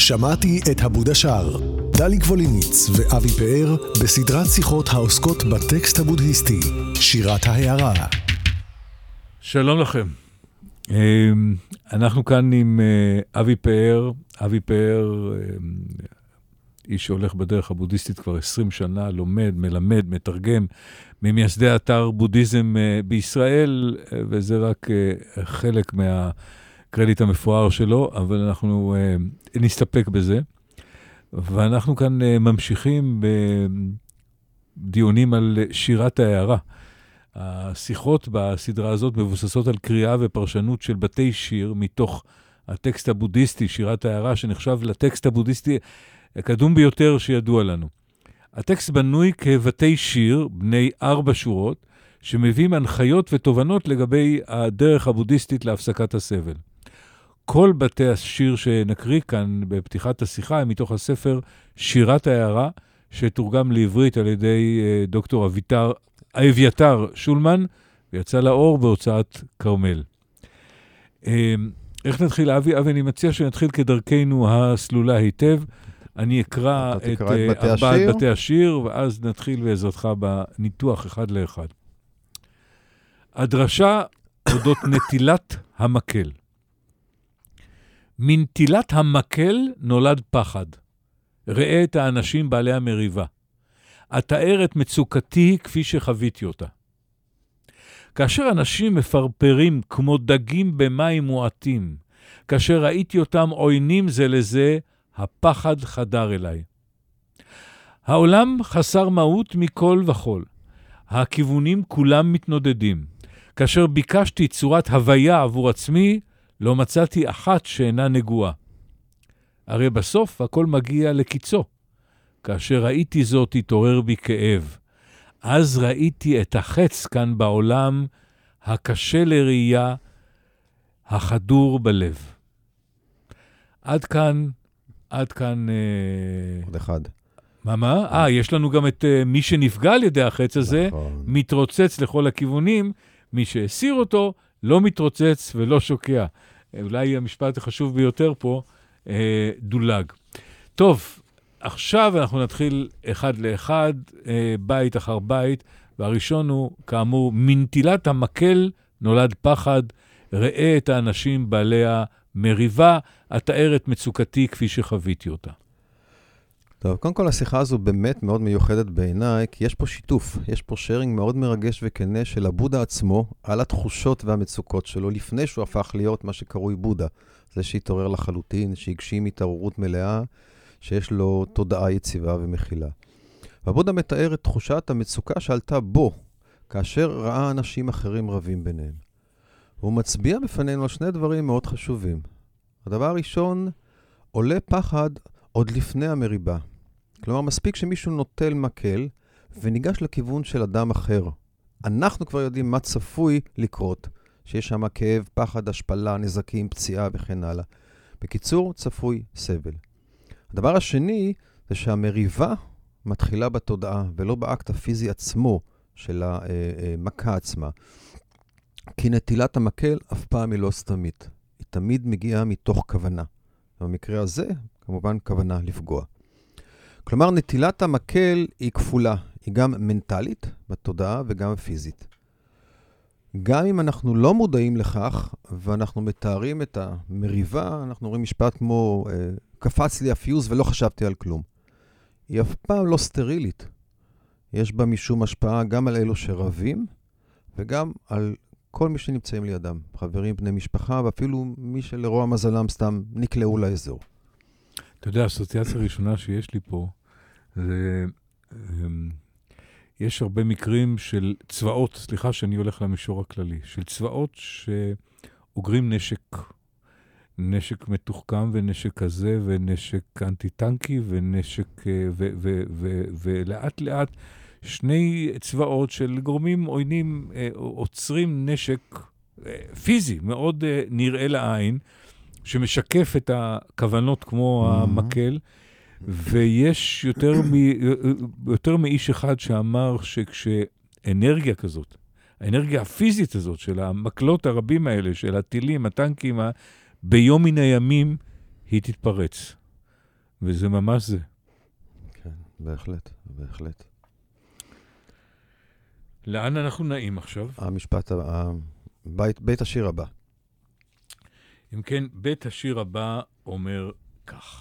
שמעתי את הבודה שר. דלי גבוליניץ ואבי פאר בסדרת שיחות העוסקות בטקסט הבודהיסטי, שירת ההערה. שלום לכם. אנחנו כאן עם אבי פאר. אבי פאר, איש שהולך בדרך הבודהיסטית כבר 20 שנה, לומד, מלמד, מתרגם, ממייסדי אתר בודהיזם בישראל, וזה רק חלק מהקרדיט המפואר שלו, אבל אנחנו נסתפק בזה. ואנחנו כאן ממשיכים בדיונים על שירת ההערה. השיחות בסדרה הזאת מבוססות על קריאה ופרשנות של בתי שיר מתוך הטקסט הבודהיסטי, שירת ההערה, שנחשב לטקסט הבודהיסטי הקדום ביותר שידוע לנו. הטקסט בנוי כבתי שיר, בני 4 שורות, שמביאים הנחיות ותובנות לגבי הדרך הבודהיסטית להפסקת הסבל. כל בתי השיר שנקריא כאן בפתיחת השיחה הם מתוך הספר שירת ההערה, שתורגם לעברית על ידי דוקטור אביתר שולמן, ויצא לאור בהוצאת כרמל. איך נתחיל, אבי? אני מציע שנתחיל כדרכנו הסלולה היטב. אני אקרא את 4 בתי השיר, ואז נתחיל בעזרתך בניתוח אחד לאחד. הדרשה אודות נטילת המקל. מנטילת המקל נולד פחד. ראה את האנשים בעלי המריבה. אתאר את מצוקתי כפי שחוויתי אותה. כאשר אנשים מפרפרים כמו דגים במים מועטים, כאשר ראיתי אותם עוינים זה לזה, הפחד חדר אליי. העולם חסר מהות מכל וכל. הכיוונים כולם מתנודדים. כאשר ביקשתי צורת הוויה עבור עצמי, לא מצאתי אחת שאינה נגועה. הרי בסוף הכל מגיע לקיצו. כאשר ראיתי זאת התעורר בי כאב. אז ראיתי את החץ כאן בעולם, הקשה לראייה, החדור בלב. עד כאן... עוד אחד. מה? יש לנו גם את מי שנפגע על ידי החץ הזה, נכון. מתרוצץ לכל הכיוונים, מי שהסיר אותו לא מתרוצץ ולא שוקע. אולי המשפט החשוב ביותר פה, דולג. טוב, עכשיו אנחנו נתחיל אחד לאחד, בית אחר בית, והראשון הוא, כאמור, מנטילת המקל נולד פחד, ראה את האנשים בעלי המריבה, אתאר את מצוקתי כפי שחוויתי אותה. טוב, קודם כל השיחה הזו באמת מאוד מיוחדת בעיניי, כי יש פה שיתוף, יש פה שיירינג מאוד מרגש וכנה של הבודה עצמו, על התחושות והמצוקות שלו, לפני שהוא הפך להיות מה שקרוי בודה. זה שהתעורר לחלוטין, שהגשים התעוררות מלאה, שיש לו תודעה יציבה ומכילה. והבודה מתאר את תחושת המצוקה שעלתה בו, כאשר ראה אנשים אחרים רבים ביניהם. הוא מצביע בפנינו על 2 דברים מאוד חשובים. הדבר הראשון, עולה פחד עוד לפני המריבה. כלומר, מספיק שמישהו נוטל מקל וניגש לכיוון של אדם אחר. אנחנו כבר יודעים מה צפוי לקרות, שיש שם כאב, פחד, השפלה, נזקים, פציעה וכן הלאה. בקיצור, צפוי סבל. הדבר השני זה שהמריבה מתחילה בתודעה ולא באקט הפיזי עצמו של המכה עצמה. כי נטילת המקל אף פעם היא לא סתמית. היא תמיד מגיעה מתוך כוונה. במקרה הזה, כמובן, כוונה לפגוע. כלומר, נטילת המקל היא כפולה. היא גם מנטלית בתודעה וגם פיזית. גם אם אנחנו לא מודעים לכך, ואנחנו מתארים את המריבה, אנחנו רואים משפט כמו, קפץ לי הפיוז ולא חשבתי על כלום. היא אף פעם לא סטרילית. יש בה משום השפעה גם על אלו שרבים, וגם על כל מי שנמצאים לידם. חברים, בני משפחה, ואפילו מי שלרוע מזלם סתם נקלעו לאזור. אתה יודע, האסוציאציה הראשונה שיש לי פה, זה... יש הרבה מקרים של צבאות, סליחה שאני הולך למישור הכללי, של צבאות שאוגרים נשק מתוחכם ונשק כזה, ונשק אנטי-טנקי, ונשק, ולאט לאט 2 צבאות של גורמים עוינים עוצרים נשק פיזי, מאוד נראה לעין, שמשקף את הכוונות כמו המקל, ויש יותר מאיש אחד שאמר שכשאנרגיה כזאת, האנרגיה הפיזית הזאת של המקלות הרבים האלה, של הטילים, הטנקים, ביום מן הימים היא תתפרץ. וזה ממש זה. כן, בהחלט, בהחלט. לאן אנחנו נעים עכשיו? המשפט, בית השיר הבא. אם כן, בית השיר הבא אומר כך.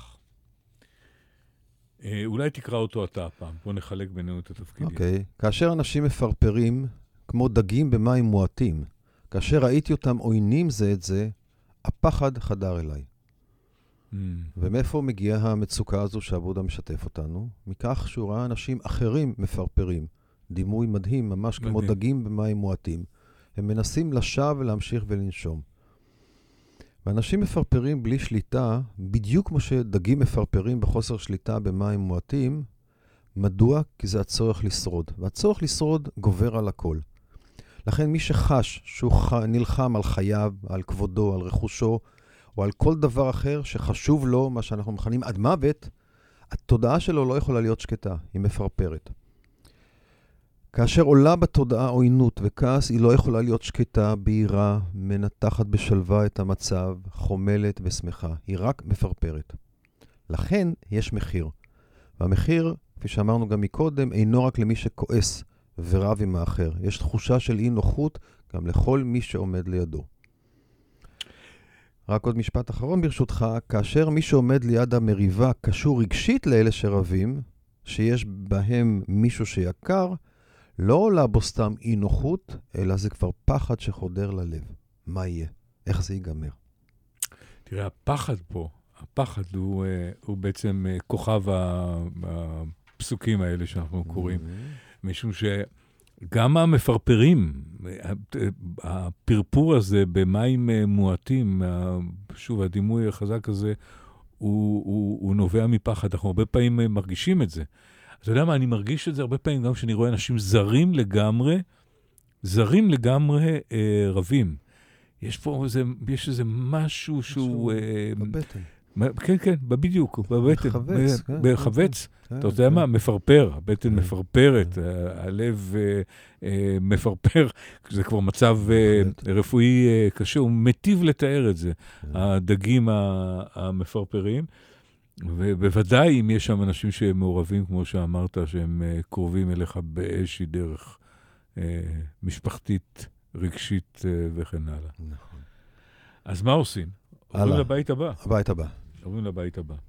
אולי תקרא אותו אתה הפעם, בוא נחלק בינינו את התפקידים. אוקיי. כאשר אנשים מפרפרים כמו דגים במים מועטים, כאשר ראיתי אותם עוינים זה את זה, הפחד חדר אליי. ומאיפה מגיעה המצוקה הזו שהבודה משתף אותנו? מכך שהוא ראה אנשים אחרים מפרפרים. דימוי מדהים, ממש כמו דגים במים מועטים. הם מנסים לשווא ולהמשיך ולנשום. ואנשים מפרפרים בלי שליטה, בדיוק כמו שדגים מפרפרים בחוסר שליטה במים מועטים. מדוע? כי זה הצורך לשרוד. והצורך לשרוד גובר על הכל. לכן מי שחש שהוא נלחם על חייו, על כבודו, על רכושו, או על כל דבר אחר שחשוב לו, מה שאנחנו מכנים עד מוות, התודעה שלו לא יכולה להיות שקטה, היא מפרפרת. כאשר עולה בתודעה עוינות וכעס, היא לא יכולה להיות שקטה, בהירה, מנתחת בשלווה את המצב, חומלת ושמחה. היא רק מפרפרת. לכן יש מחיר. והמחיר, כפי שאמרנו גם מקודם, אינו רק למי שכועס ורב עם האחר. יש תחושה של אי נוחות גם לכל מי שעומד לידו. רק עוד משפט אחרון ברשותך, כאשר מי שעומד ליד המריבה קשור רגשית לאלה שרבים, שיש בהם מישהו שיקר, לא עולה בו סתם אי נוחות, אלא זה כבר פחד שחודר ללב. מה יהיה? איך זה ייגמר? תראה, הפחד פה, הפחד הוא בעצם כוכב הפסוקים האלה שאנחנו קוראים, משום שגם המפרפרים, הפרפור הזה במים מועטים, שוב, הדימוי החזק הזה, הוא נובע מפחד. אנחנו הרבה פעמים מרגישים את זה. אתה יודע מה, אני מרגיש את זה הרבה פעמים גם כשאני רואה אנשים זרים לגמרי רבים. יש איזה משהו שהוא... בבטן. כן, בדיוק, בבטן. בחבץ. אתה יודע מה? מפרפר, הבטן מפרפרת, הלב מפרפר, זה כבר מצב רפואי קשה, הוא מטיב לתאר את זה, הדגים המפרפרים. ובוודאי אם יש שם אנשים שהם מעורבים, כמו שאמרת, שהם קרובים אליך באיזושהי דרך משפחתית, רגשית וכן הלאה. נכון. אז מה עושים? עוברים לבית הבא. הבית הבא. עוברים לבית הבא.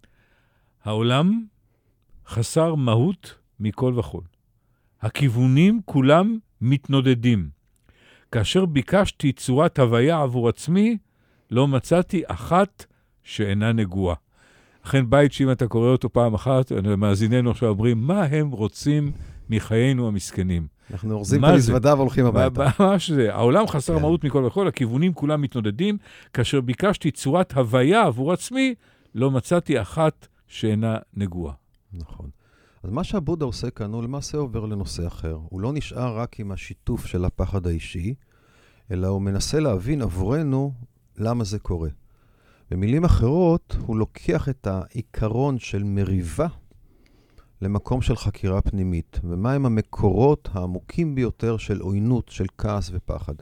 העולם חסר מהות מכל וכל. הכיוונים כולם מתנודדים. כאשר ביקשתי צורת הוויה עבור עצמי, לא מצאתי אחת שאינה נגועה. אכן בית שאם אתה קורא אותו פעם אחת, מאזיננו עכשיו אומרים, מה הם רוצים מחיינו המסכנים? אנחנו אורזים את המזוודה והולכים הביתה. ממש זה. העולם חסר מהות מכל וכל, הכיוונים כולם מתנודדים. כאשר ביקשתי צורת הוויה עבור עצמי, לא מצאתי אחת שאינה נגועה. נכון. אז מה שהבודה עושה כאן, הוא למעשה עובר לנושא אחר. הוא לא נשאר רק עם השיתוף של הפחד האישי, אלא הוא מנסה להבין עבורנו למה זה קורה. במילים אחרות, הוא לוקח את העיקרון של מריבה למקום של חקירה פנימית, ומהם המקורות העמוקים ביותר של עוינות, של כעס ופחד.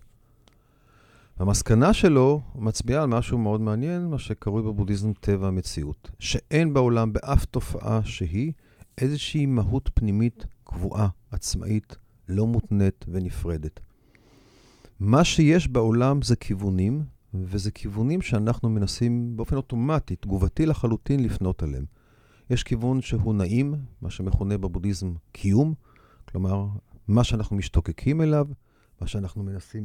המסקנה שלו מצביעה על משהו מאוד מעניין, מה שקרוי בבודהיזם טבע המציאות, שאין בעולם באף תופעה שהיא איזושהי מהות פנימית קבועה, עצמאית, לא מותנית ונפרדת. מה שיש בעולם זה כיוונים, וזה כיוונים שאנחנו מנסים באופן אוטומטי, תגובתי לחלוטין לפנות עליהם. יש כיוון שהוא נעים, מה שמכונה בבודהיזם קיום, כלומר, מה שאנחנו משתוקקים אליו, מה שאנחנו מנסים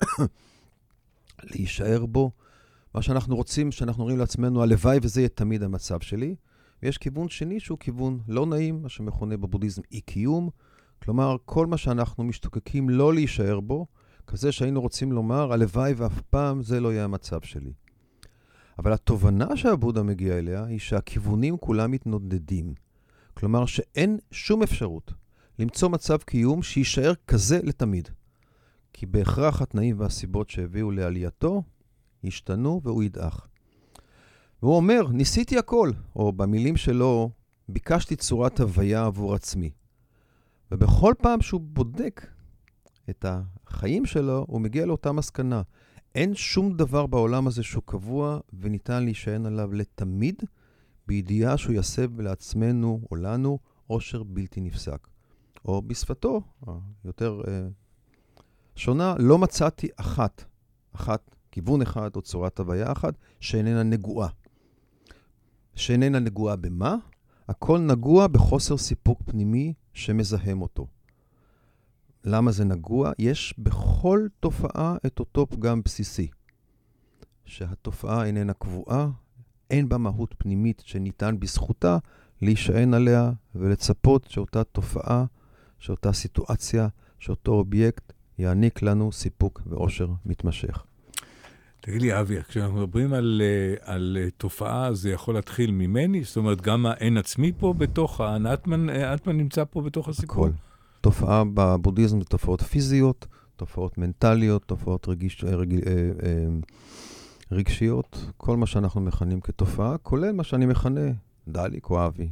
להישאר בו, מה שאנחנו רוצים, שאנחנו רואים לעצמנו, הלוואי וזה יהיה תמיד המצב שלי. ויש כיוון שני שהוא כיוון לא נעים, מה שמכונה בבודהיזם אי קיום, כלומר, כל מה שאנחנו משתוקקים לא להישאר בו, כזה שהיינו רוצים לומר, הלוואי ואף פעם זה לא יהיה המצב שלי. אבל התובנה שהבודה מגיע אליה היא שהכיוונים כולם מתנודדים. כלומר שאין שום אפשרות למצוא מצב קיום שישאר כזה לתמיד. כי בהכרח התנאים והסיבות שהביאו לעלייתו השתנו והוא ידעך. והוא אומר, ניסיתי הכל, או במילים שלו, ביקשתי צורת הוויה עבור עצמי. ובכל פעם שהוא בודק את החיים שלו, הוא מגיע לאותה מסקנה. אין שום דבר בעולם הזה שהוא קבוע וניתן להישען עליו לתמיד, בידיעה שהוא יסב לעצמנו או לנו עושר בלתי נפסק. או בשפתו, יותר שונה, לא מצאתי אחת, כיוון אחד או צורת הוויה אחת, שאיננה נגועה. שאיננה נגועה במה? הכל נגוע בחוסר סיפוק פנימי שמזהם אותו. למה זה נגוע? יש בכל תופעה את אותו פגם בסיסי. שהתופעה איננה קבועה, אין בה מהות פנימית שניתן בזכותה להישען עליה ולצפות שאותה תופעה, שאותה סיטואציה, שאותו אובייקט יעניק לנו סיפוק ואושר מתמשך. תגיד לי, אבי, כשאנחנו מדברים על תופעה, זה יכול להתחיל ממני? זאת אומרת, גם האין עצמי פה בתוך, האנטמן נמצא פה בתוך הסיפור? הכל. תופעה בבודהיזם זה תופעות פיזיות, תופעות מנטליות, תופעות רגשיות, כל מה שאנחנו מכנים כתופעה, כולל מה שאני מכנה דליק או אבי.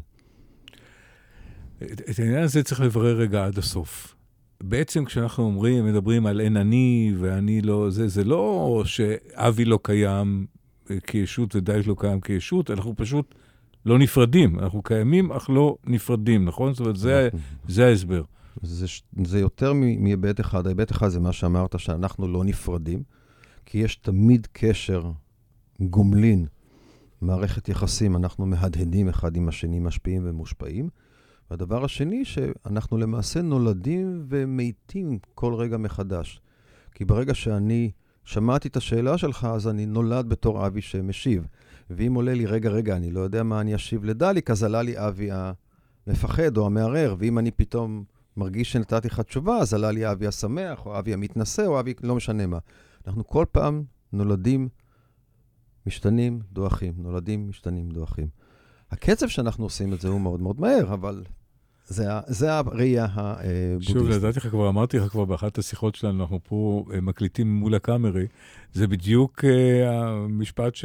את העניין הזה צריך לברר רגע עד הסוף. בעצם כשאנחנו מדברים על אין אני ואני לא, זה לא שאבי לא קיים כישות ודליק לא קיים כישות, אנחנו פשוט לא נפרדים. אנחנו קיימים אך לא נפרדים, נכון? זאת אומרת, זה ההסבר. זה יותר מהיבט אחד. ההיבט אחד זה מה שאמרת, שאנחנו לא נפרדים, כי יש תמיד קשר גומלין, מערכת יחסים, אנחנו מהדהדים אחד עם השני, משפיעים ומושפעים. והדבר השני, שאנחנו למעשה נולדים ומתים כל רגע מחדש. כי ברגע שאני שמעתי את השאלה שלך, אז אני נולד בתור אבי שמשיב. ואם עולה לי, רגע, אני לא יודע מה אני אשיב לדליק, אז עלה לי אבי המפחד או המערער, ואם אני פתאום מרגיש שנתתי לך תשובה, אז עלה לי אבי השמח, או אבי המתנשא, או אבי לא משנה מה. אנחנו כל פעם נולדים, משתנים, דועכים. נולדים, משתנים, דועכים. הקצב שאנחנו עושים את זה הוא מאוד מאוד מהר, אבל זה הראייה הבודהיסטית. שוב, לדעתי לך כבר, אמרתי לך כבר באחת השיחות שלנו, אנחנו פה מקליטים מול הקאמרי, זה בדיוק המשפט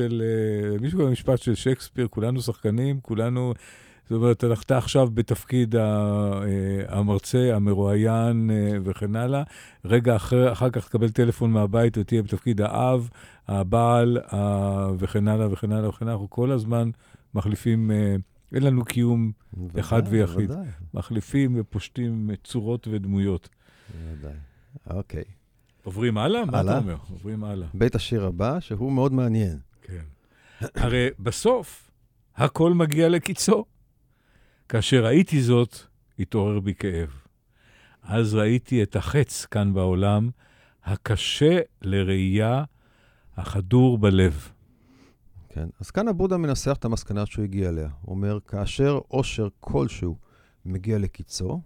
של שייקספיר, כולנו שחקנים, כולנו, זאת אומרת, אתה עכשיו בתפקיד המרצה, המרואיין וכן הלאה, רגע אחר כך תקבל טלפון מהבית ותהיה בתפקיד האב, הבעל וכן הלאה וכן הלאה וכן הלאה, אנחנו כל הזמן מחליפים, אין לנו קיום אחד ויחיד. מחליפים ופושטים צורות ודמויות. ודאי. אוקיי. עוברים הלאה? מה אתה אומר? עוברים הלאה. בית השיר הבא, שהוא מאוד מעניין. כן. הרי בסוף, הכל מגיע לקיצו. כאשר ראיתי זאת, התעורר בי כאב. אז ראיתי את החץ כאן בעולם, הקשה לראייה, החדור בלב. כן, אז כאן הבודה מנסח את המסקנה שהוא הגיע אליה. הוא אומר, כאשר עושר כלשהו מגיע לקיצו,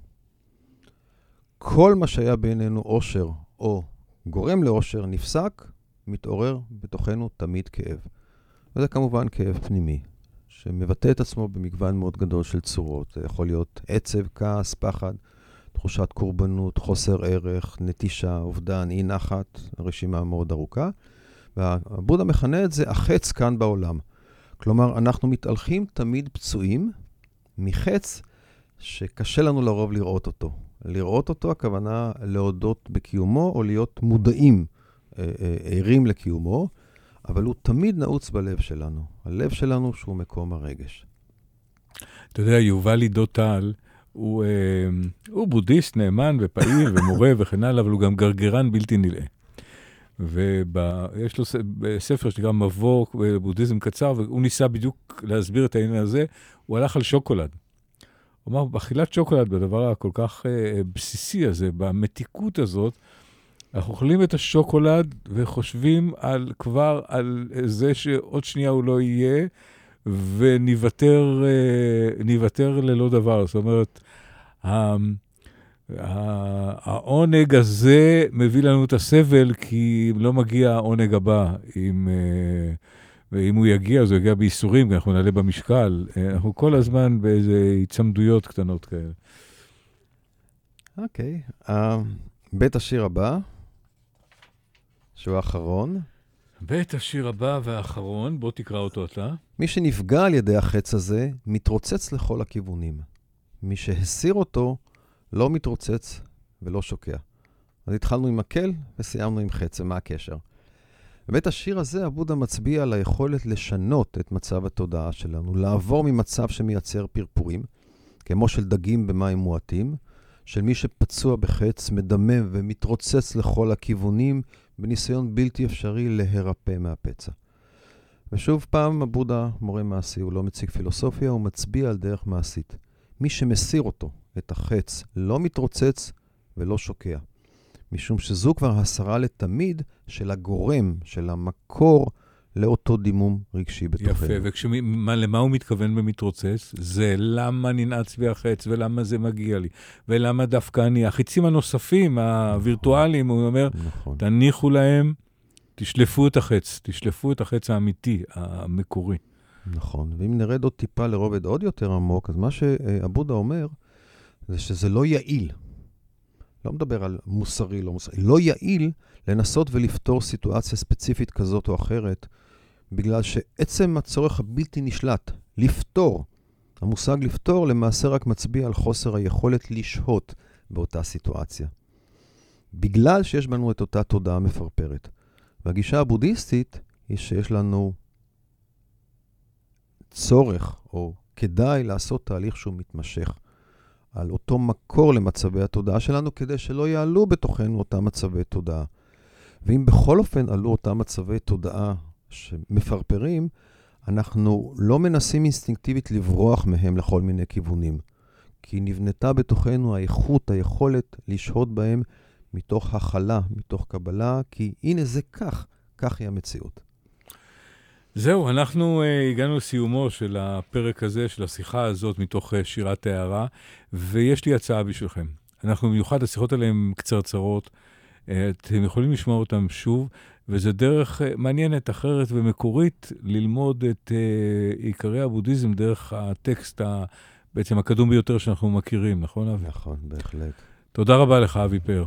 כל מה שהיה בינינו עושר או גורם לעושר נפסק, מתעורר בתוכנו תמיד כאב. וזה כמובן כאב פנימי, שמבטא את עצמו במגוון מאוד גדול של צורות. זה יכול להיות עצב, כעס, פחד, תחושת קורבנות, חוסר ערך, נטישה, אובדן, אי נחת, רשימה מאוד ארוכה. והבודה מכנה את זה החץ כאן בעולם. כלומר, אנחנו מתהלכים תמיד פצועים מחץ שקשה לנו לרוב לראות אותו. לראות אותו, הכוונה להודות בקיומו או להיות מודעים, ערים לקיומו, אבל הוא תמיד נעוץ בלב שלנו. הלב שלנו שהוא מקום הרגש. אתה יודע, יובל עידו טל, הוא בודהיסט נאמן ופעיל ומורה וכן הלאה, אבל הוא גם גרגרן בלתי נלאה. ויש לו ספר שנקרא מבוא בבודהיזם קצר, והוא ניסה בדיוק להסביר את העניין הזה, הוא הלך על שוקולד. הוא אמר, באכילת שוקולד, בדבר הכל כך בסיסי הזה, במתיקות הזאת, אנחנו אוכלים את השוקולד וחושבים כבר על זה שעוד שנייה הוא לא יהיה, ונוותר ללא דבר. זאת אומרת, העונג הזה מביא לנו את הסבל, כי לא מגיע העונג הבא. ואם הוא יגיע, אז הוא יגיע בייסורים, כי אנחנו נעלה במשקל. אנחנו כל הזמן באיזה הצמדויות קטנות כאלה. אוקיי. בית השיר הבא, שהוא האחרון. בית השיר הבא והאחרון, בוא תקרא אותו אתה. מי שנפגע על ידי החץ הזה, מתרוצץ לכל הכיוונים. מי שהסיר אותו, לא מתרוצץ ולא שוקע. אז התחלנו עם מקל וסיימנו עם חץ, מה הקשר? באמת השיר הזה, הבודה מצביע על היכולת לשנות את מצב התודעה שלנו, לעבור ממצב שמייצר פרפורים, כמו של דגים במים מועטים, של מי שפצוע בחץ, מדמם ומתרוצץ לכל הכיוונים, בניסיון בלתי אפשרי להירפא מהפצע. ושוב פעם, הבודה, מורה מעשי, הוא לא מציג פילוסופיה, הוא מצביע על דרך מעשית. מי שמסיר אותו, את החץ, לא מתרוצץ ולא שוקע. משום שזו כבר הסרה לתמיד של הגורם, של המקור, לאותו דימום רגשי בתוכנו. יפה, ולמה הוא מתכוון במתרוצץ? זה למה ננעץ בי החץ, ולמה זה מגיע לי, ולמה דווקא אני. החיצים הנוספים, הווירטואליים, הוא אומר, תניחו להם, תשלפו את החץ האמיתי, המקורי. נכון, ואם נרד עוד טיפה לרובד עוד יותר עמוק, אז מה שהבודה אומר, זה שזה לא יעיל. לא מדבר על מוסרי, לא מוסרי. לא יעיל לנסות ולפתור סיטואציה ספציפית כזאת או אחרת, בגלל שעצם הצורך הבלתי נשלט, לפתור, המושג לפתור למעשה רק מצביע על חוסר היכולת לשהות באותה סיטואציה. בגלל שיש בנו את אותה תודעה מפרפרת. והגישה הבודהיסטית היא שיש לנו צורך, או כדאי לעשות תהליך שהוא מתמשך, על אותו מקור למצבי התודעה שלנו, כדי שלא יעלו בתוכנו אותם מצבי תודעה. ואם בכל אופן עלו אותם מצבי תודעה שמפרפרים, אנחנו לא מנסים אינסטינקטיבית לברוח מהם לכל מיני כיוונים. כי נבנתה בתוכנו האיכות, היכולת לשהות בהם מתוך הכלה, מתוך קבלה, כי הנה זה כך היא המציאות. זהו, אנחנו הגענו לסיומו של הפרק הזה, של השיחה הזאת מתוך שירת הערה, ויש לי הצעה בשבילכם. אנחנו במיוחד, השיחות עליהן קצרצרות, אתם יכולים לשמוע אותן שוב, וזה דרך מעניינת, אחרת ומקורית, ללמוד את עיקרי הבודהיזם דרך הטקסט בעצם הקדום ביותר שאנחנו מכירים, נכון אבי? נכון, בהחלט. תודה רבה לך, אבי פאר.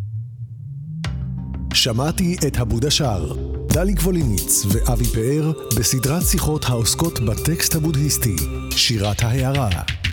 שמעתי את הבודה שר. דליק ווליניץ ואבי פאר בסדרת שיחות העוסקות בטקסט הבודהיסטי, שירת ההערה.